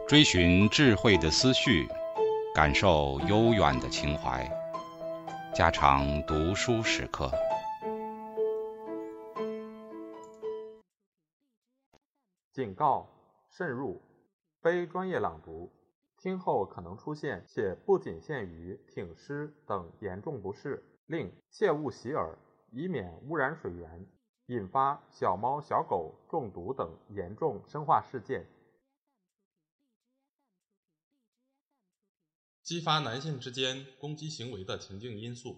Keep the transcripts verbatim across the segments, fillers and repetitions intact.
追寻智慧的思绪，感受悠远的情怀，家常读书时刻。 警告：慎入，非专业朗读，听后可能出现且不仅限于挺尸等严重不适，另切勿洗耳，以免污染水源，引发小猫小狗中毒等严重生化事件。 激发男性之间攻击行为的情境因素。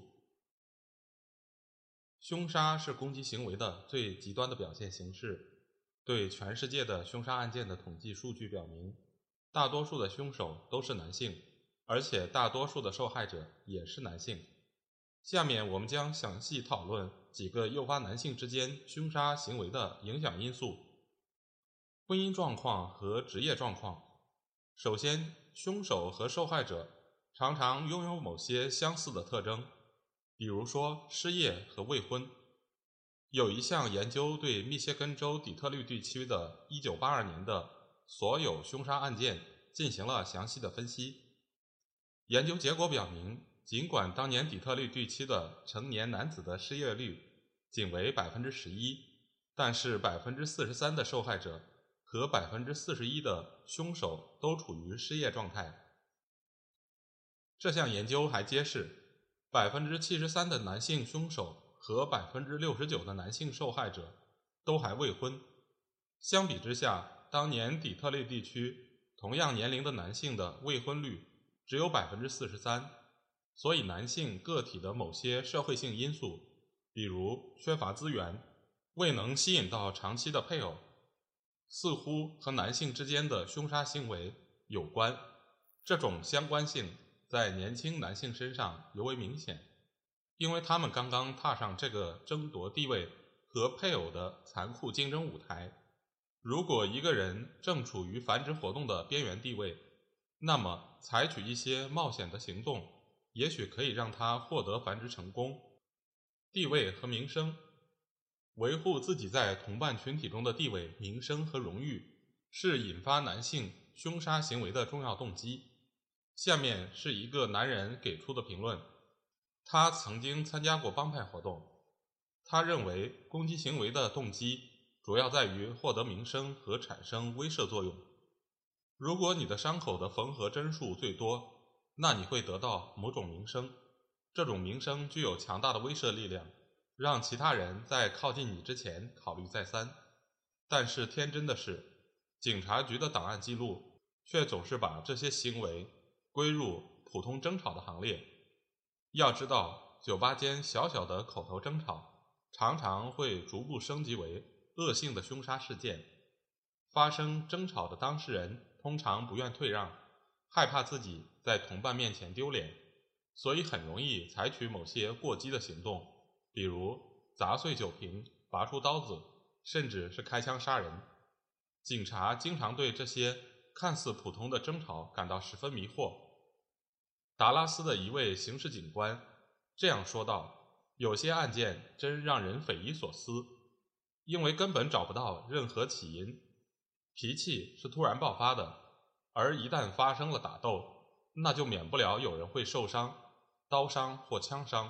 凶杀是攻击行为的最极端的表现形式。对全世界的凶杀案件的统计数据表明，大多数的凶手都是男性，而且大多数的受害者也是男性。下面我们将详细讨论几个诱发男性之间凶杀行为的影响因素：婚姻状况和职业状况。首先，凶手和受害者常常拥有某些相似的特征，比如说失业和未婚。有一项研究对密歇根州底特律地区的一九八二年的所有凶杀案件进行了详细的分析。研究结果表明，尽管当年底特律地区的成年男子的失业率仅为 百分之十一， 但是 百分之四十三 的受害者和 百分之四十一 的凶手都处于失业状态。这项研究还揭示， 百分之七十三 的男性凶手和 百分之六十九 的男性受害者都还未婚。相比之下，当年底特律地区同样年龄的男性的未婚率只有 百分之四十三， 所以男性个体的某些社会性因素，比如缺乏资源，未能吸引到长期的配偶，似乎和男性之间的凶杀行为有关。这种相关性在年轻男性身上尤为明显，因为他们刚刚踏上这个争夺地位和配偶的残酷竞争舞台。如果一个人正处于繁殖活动的边缘地位，那么采取一些冒险的行动，也许可以让他获得繁殖成功。地位和名声。维护自己在同伴群体中的地位、名声和荣誉，是引发男性凶杀行为的重要动机。下面是一个男人给出的评论。他曾经参加过帮派活动，他认为攻击行为的动机主要在于获得名声和产生威慑作用。如果你的伤口的缝合针数最多，那你会得到某种名声，这种名声具有强大的威慑力量，让其他人在靠近你之前考虑再三。但是天真的是，警察局的档案记录却总是把这些行为归入普通争吵的行列。要知道，酒吧间小小的口头争吵常常会逐步升级为恶性的凶杀事件。发生争吵的当事人通常不愿退让，害怕自己在同伴面前丢脸，所以很容易采取某些过激的行动，比如砸碎酒瓶、拔出刀子，甚至是开枪杀人。警察经常对这些看似普通的争吵感到十分迷惑。达拉斯的一位刑事警官这样说道：有些案件真让人匪夷所思，因为根本找不到任何起因，脾气是突然爆发的，而一旦发生了打斗，那就免不了有人会受伤，刀伤或枪伤。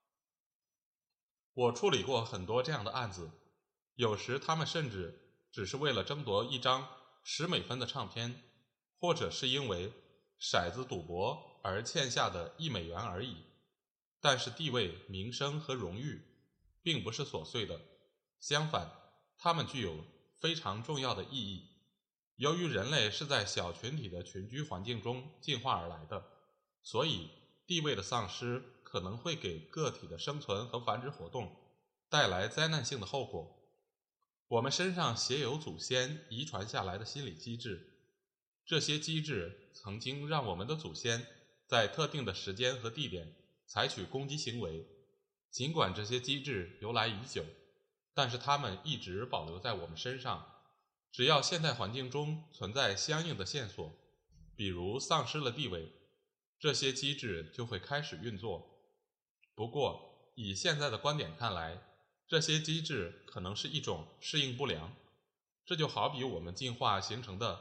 我处理过很多这样的案子，有时他们甚至只是为了争夺一张十美分的唱片，或者是因为骰子赌博而欠下的一美元而已。但是地位、名声和荣誉并不是琐碎的，相反，它们具有非常重要的意义。由于人类是在小群体的群居环境中进化而来的，所以地位的丧失可能会给个体的生存和繁殖活动带来灾难性的后果。我们身上携有祖先遗传下来的心理机制，这些机制曾经让我们的祖先在特定的时间和地点采取攻击行为。尽管这些机制由来已久，但是它们一直保留在我们身上。只要现代环境中存在相应的线索，比如丧失了地位，这些机制就会开始运作。不过，以现在的观点看来，这些机制可能是一种适应不良。这就好比我们进化形成的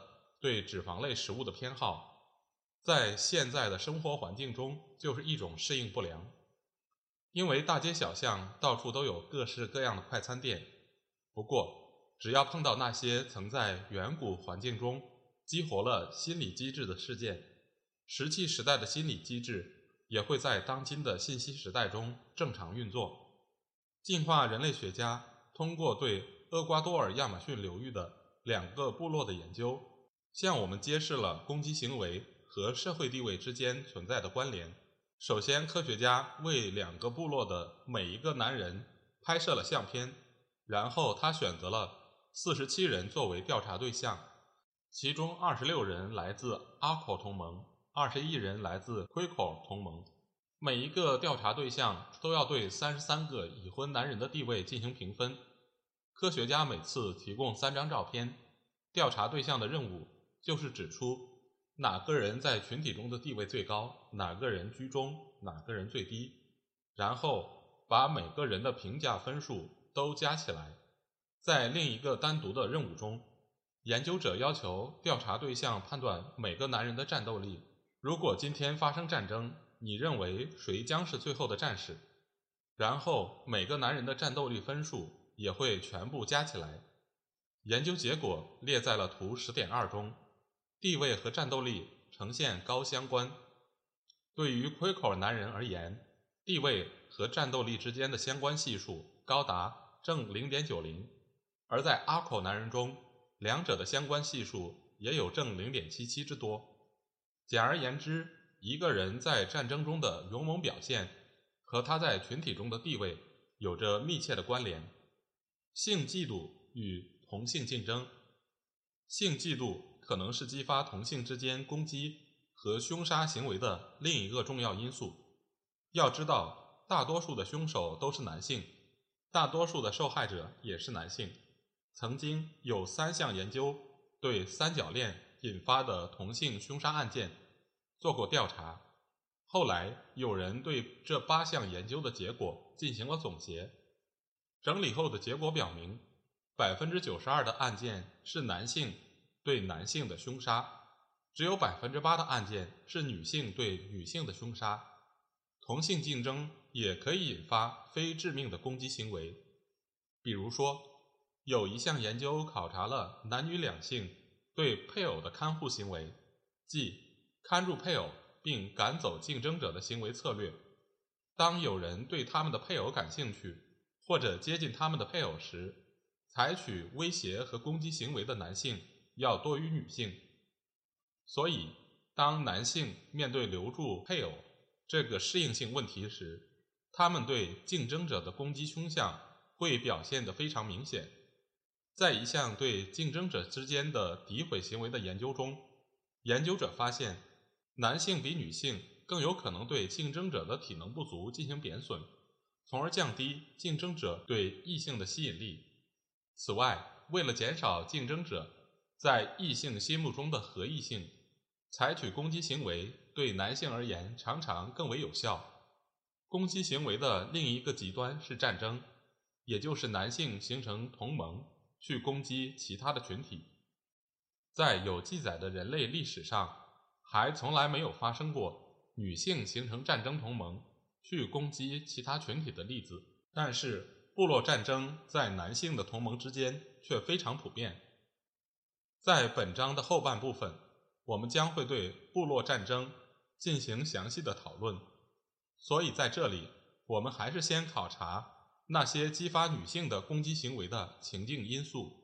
对脂肪类食物的偏好，在现在的生活环境中就是一种适应不良。因为大街小巷到处都有各式各样的快餐店，不过只要碰到那些曾在远古环境中激活了心理机制的事件，石器时代的心理机制也会在当今的信息时代中正常运作。进化人类学家通过对厄瓜多尔亚马逊流域的两个部落的研究，向我们揭示了攻击行为和社会地位之间存在的关联。首先，科学家为两个部落的每一个男人拍摄了相片，然后他选择了四十七人作为调查对象，其中二十六人来自阿口同盟，二十一人来自奎口同盟。每一个调查对象都要对三十三个已婚男人的地位进行评分。科学家每次提供三张照片，调查对象的任务就是指出哪个人在群体中的地位最高，哪个人居中，哪个人最低，然后把每个人的评价分数都加起来。在另一个单独的任务中，研究者要求调查对象判断每个男人的战斗力。如果今天发生战争，你认为谁将是最后的战士？然后每个男人的战斗力分数也会全部加起来。研究结果列在了图 十点二 中，地位和战斗力呈现高相关。对于奎口男人而言，地位和战斗力之间的相关系数高达正 零点九零， 而在阿口男人中，两者的相关系数也有正 零点七七 之多。简而言之，一个人在战争中的勇猛表现和他在群体中的地位有着密切的关联。性嫉妒与同性竞争。性嫉妒可能是激发同性之间攻击和凶杀行为的另一个重要因素。要知道，大多数的凶手都是男性，大多数的受害者也是男性。曾经有三项研究对三角恋引发的同性凶杀案件做过调查，后来有人对这八项研究的结果进行了总结。整理后的结果表明， 百分之九十二 的案件是男性对男性的凶杀，只有 百分之八 的案件是女性对女性的凶杀。同性竞争也可以引发非致命的攻击行为。比如说，有一项研究考察了男女两性对配偶的看护行为，即看住配偶并赶走竞争者的行为策略。当有人对他们的配偶感兴趣，或者接近他们的配偶时，采取威胁和攻击行为的男性要多于女性。所以，当男性面对留住配偶这个适应性问题时，他们对竞争者的攻击倾向会表现得非常明显。在一项对竞争者之间的诋毁行为的研究中，研究者发现，男性比女性更有可能对竞争者的体能不足进行贬损，从而降低竞争者对异性的吸引力。此外，为了减少竞争者在异性心目中的合意性，采取攻击行为对男性而言常常更为有效。攻击行为的另一个极端是战争，也就是男性形成同盟去攻击其他的群体。在有记载的人类历史上，还从来没有发生过女性形成战争同盟去攻击其他群体的例子，但是部落战争在男性的同盟之间却非常普遍。在本章的后半部分，我们将会对部落战争进行详细的讨论，所以在这里我们还是先考察那些激发女性的攻击行为的情境因素。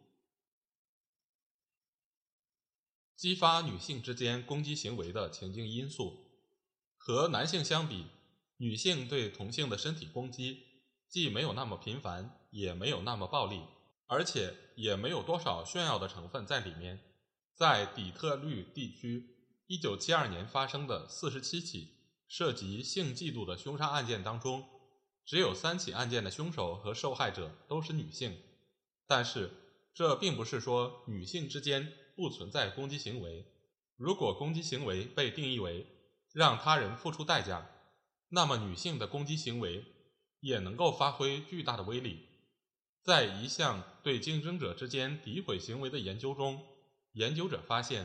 激发女性之间攻击行为的情境因素。和男性相比，女性对同性的身体攻击既没有那么频繁，也没有那么暴力，而且也没有多少炫耀的成分在里面。在底特律地区一九七二年发生的四十七起涉及性嫉妒的凶杀案件当中，只有三起案件的凶手和受害者都是女性。但是这并不是说女性之间不存在攻击行为。如果攻击行为被定义为让他人付出代价，那么女性的攻击行为也能够发挥巨大的威力。在一项对竞争者之间诋毁行为的研究中，研究者发现，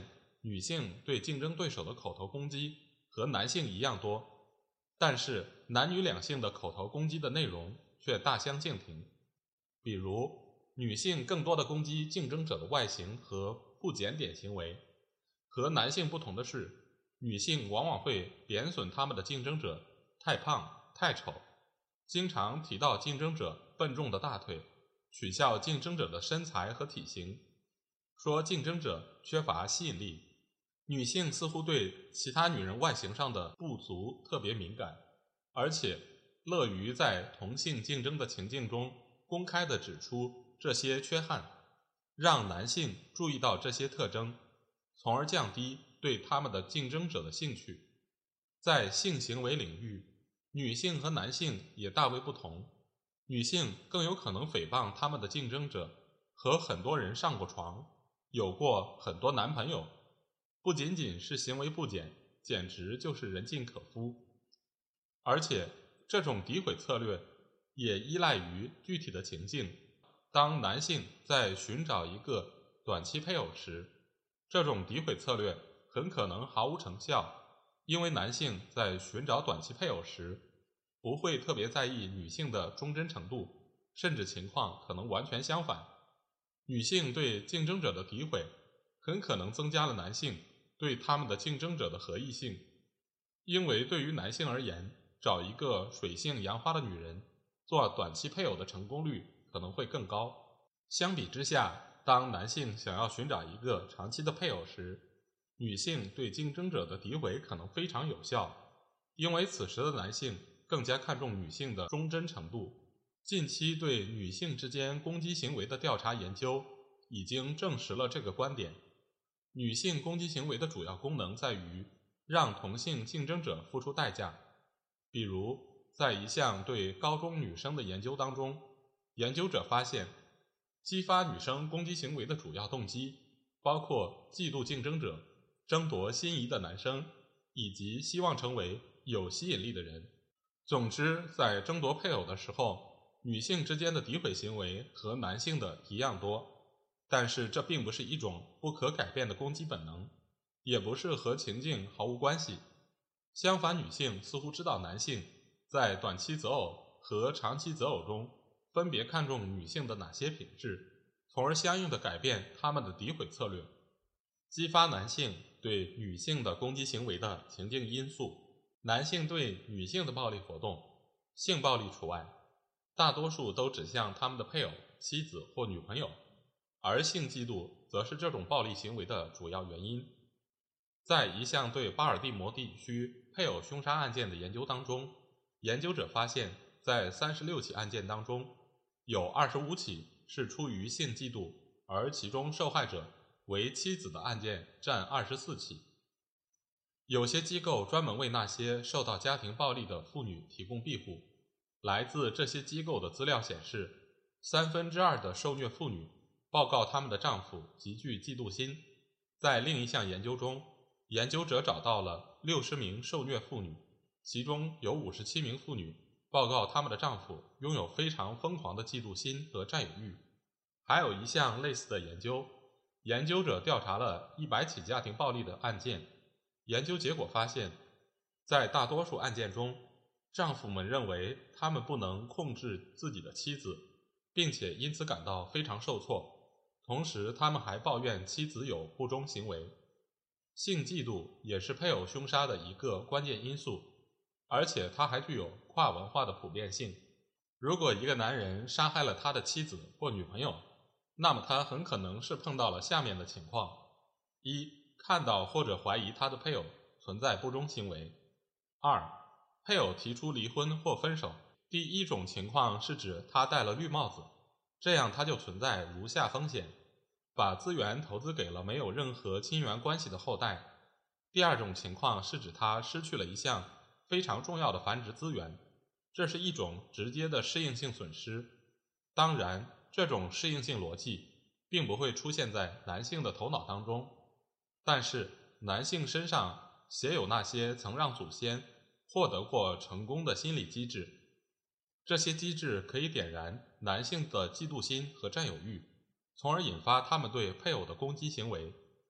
女性对竞争对手的口头攻击和男性一样多，但是男女两性的口头攻击的内容却大相径庭。比如，女性更多的攻击竞争者的外形和不检点行为，和男性不同的是，女性往往会贬损他们的竞争者太胖、太丑，经常提到竞争者笨重的大腿，取笑竞争者的身材和体型，说竞争者缺乏吸引力。女性似乎对其他女人外形上的不足特别敏感，而且乐于在同性竞争的情境中公开地指出这些缺憾，让男性注意到这些特征，从而降低对他们的竞争者的兴趣。在性行为领域，女性和男性也大为不同，女性更有可能诽谤他们的竞争者和很多人上过床，有过很多男朋友，不仅仅是行为不检，简直就是人尽可夫。而且这种诋毁策略也依赖于具体的情境。当男性在寻找一个短期配偶时，这种诋毁策略很可能毫无成效，因为男性在寻找短期配偶时不会特别在意女性的忠贞程度，甚至情况可能完全相反。女性对竞争者的诋毁很可能增加了男性对他们的竞争者的合意性，因为对于男性而言，找一个水性杨花的女人做短期配偶的成功率可能会更高。相比之下，当男性想要寻找一个长期的配偶时，女性对竞争者的诋毁可能非常有效，因为此时的男性更加看重女性的忠贞程度。近期对女性之间攻击行为的调查研究已经证实了这个观点。女性攻击行为的主要功能在于让同性竞争者付出代价。比如，在一项对高中女生的研究当中，研究者发现，激发女生攻击行为的主要动机包括嫉妒竞争者、争夺心仪的男生，以及希望成为有吸引力的人。总之，在争夺配偶的时候，女性之间的诋毁行为和男性的一样多，但是这并不是一种不可改变的攻击本能，也不是和情境毫无关系。相反，女性似乎知道男性在短期择偶和长期择偶中分别看重女性的哪些品质，从而相应地改变他们的诋毁策略。激发男性对女性的攻击行为的情境因素，男性对女性的暴力活动，性暴力除外，大多数都指向他们的配偶、妻子或女朋友，而性嫉妒则是这种暴力行为的主要原因。在一项对巴尔的摩地区配偶凶杀案件的研究当中，研究者发现，在三十六起案件当中，有二十五起是出于性嫉妒，而其中受害者为妻子的案件占二十四起。有些机构专门为那些受到家庭暴力的妇女提供庇护。来自这些机构的资料显示，三分之二的受虐妇女报告她们的丈夫极具嫉妒心。在另一项研究中，研究者找到了六十名受虐妇女，其中有五十七名妇女报告她们的丈夫拥有非常疯狂的嫉妒心和占有欲。还有一项类似的研究，研究者调查了一百起家庭暴力的案件，研究结果发现，在大多数案件中，丈夫们认为他们不能控制自己的妻子，并且因此感到非常受挫，同时他们还抱怨妻子有不忠行为。性嫉妒也是配偶凶杀的一个关键因素，而且它还具有跨文化的普遍性。如果一个男人杀害了他的妻子或女朋友，那么他很可能是碰到了下面的情况：一、看到或者怀疑他的配偶存在不忠行为；二、配偶提出离婚或分手。第一种情况是指他戴了绿帽子，这样他就存在如下风险：把资源投资给了没有任何亲缘关系的后代。第二种情况是指他失去了一项非常重要的繁殖资源，这是一种直接的适应性损失。当然，这种适应性逻辑并不会出现在男性的头脑当中，但是男性身上写有那些曾让祖先获得过成功的心理机制，这些机制可以点燃男性的嫉妒心和占有欲，从而引发他们对配偶的攻击行为。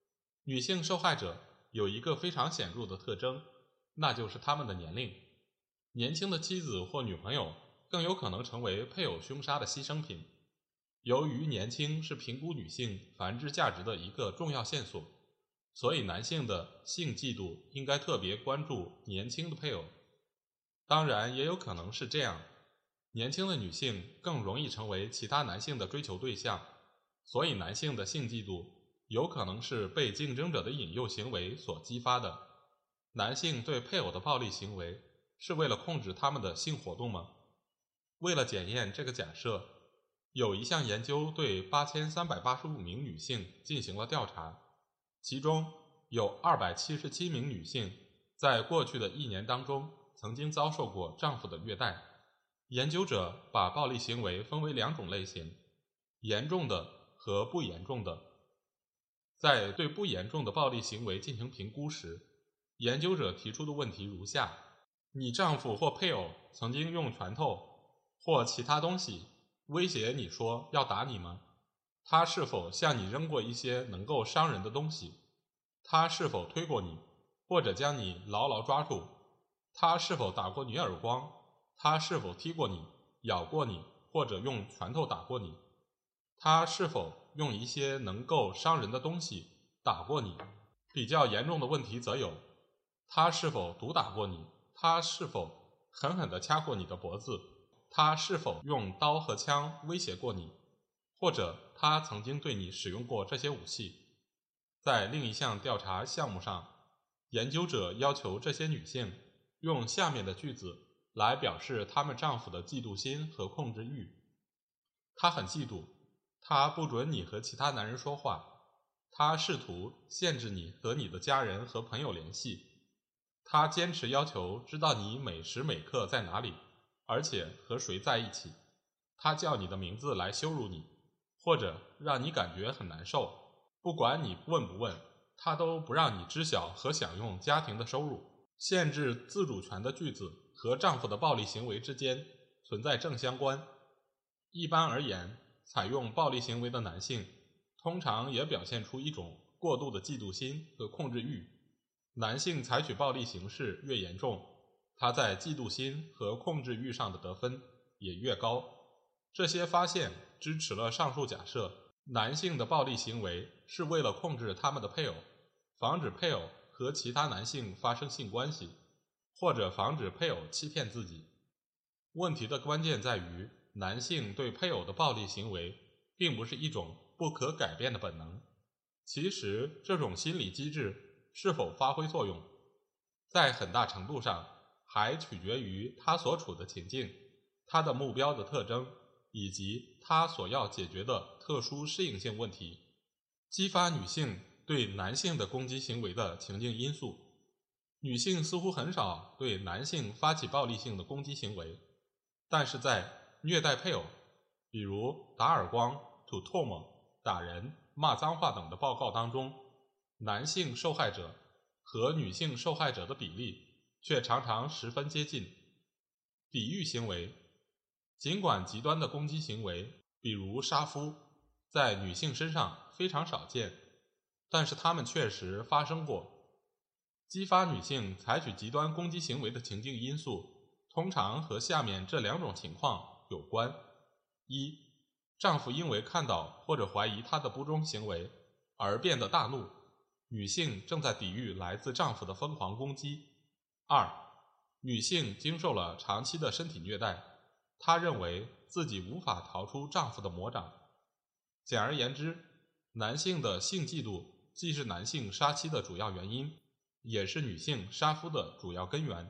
女性受害者有一个非常显著的特征，那就是她们的年龄。年轻的妻子或女朋友更有可能成为配偶凶杀的牺牲品。由于年轻是评估女性繁殖价值的一个重要线索，所以男性的性嫉妒应该特别关注年轻的配偶。当然，也有可能是这样，年轻的女性更容易成为其他男性的追求对象，所以男性的性嫉妒有可能是被竞争者的引诱行为所激发的。男性对配偶的暴力行为是为了控制他们的性活动吗？为了检验这个假设，有一项研究对八千三百八十五名女性进行了调查，其中有二百七十七名女性在过去的一年当中曾经遭受过丈夫的虐待。研究者把暴力行为分为两种类型，严重的和不严重的。在对不严重的暴力行为进行评估时，研究者提出的问题如下：你丈夫或配偶曾经用拳头或其他东西威胁你说要打你吗？他是否向你扔过一些能够伤人的东西？他是否推过你，或者将你牢牢抓住？他是否打过你耳光？他是否踢过你、咬过你，或者用拳头打过你？他是否用一些能够伤人的东西打过你？比较严重的问题则有：他是否毒打过你？他是否狠狠地掐过你的脖子？他是否用刀和枪威胁过你？或者他曾经对你使用过这些武器？在另一项调查项目上，研究者要求这些女性用下面的句子来表示她们丈夫的嫉妒心和控制欲：他很嫉妒，他不准你和其他男人说话，他试图限制你和你的家人和朋友联系，他坚持要求知道你每时每刻在哪里，而且和谁在一起，他叫你的名字来羞辱你，或者让你感觉很难受，不管你问不问，他都不让你知晓和享用家庭的收入。限制自主权的句子和丈夫的暴力行为之间存在正相关。一般而言，采用暴力行为的男性通常也表现出一种过度的嫉妒心和控制欲。男性采取暴力形式越严重，他在嫉妒心和控制欲上的得分也越高。这些发现支持了上述假设：男性的暴力行为是为了控制他们的配偶，防止配偶和其他男性发生性关系，或者防止配偶欺骗自己。问题的关键在于，男性对配偶的暴力行为并不是一种不可改变的本能。其实，这种心理机制是否发挥作用，在很大程度上还取决于他所处的情境、他的目标的特征，以及他所要解决的特殊适应性问题。激发女性对男性的攻击行为的情境因素。女性似乎很少对男性发起暴力性的攻击行为，但是在虐待配偶，比如打耳光、吐唾沫、打人、骂脏话等的报告当中，男性受害者和女性受害者的比例却常常十分接近。抵御行为，尽管极端的攻击行为，比如杀夫，在女性身上非常少见，但是它们确实发生过。激发女性采取极端攻击行为的情境因素通常和下面这两种情况有关：一、丈夫因为看到或者怀疑她的不忠行为而变得大怒，女性正在抵御来自丈夫的疯狂攻击；二、女性经受了长期的身体虐待，她认为自己无法逃出丈夫的魔掌。简而言之，男性的性嫉妒既是男性杀妻的主要原因，也是女性杀夫的主要根源。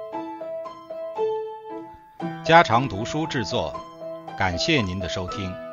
家常读书制作，感谢您的收听。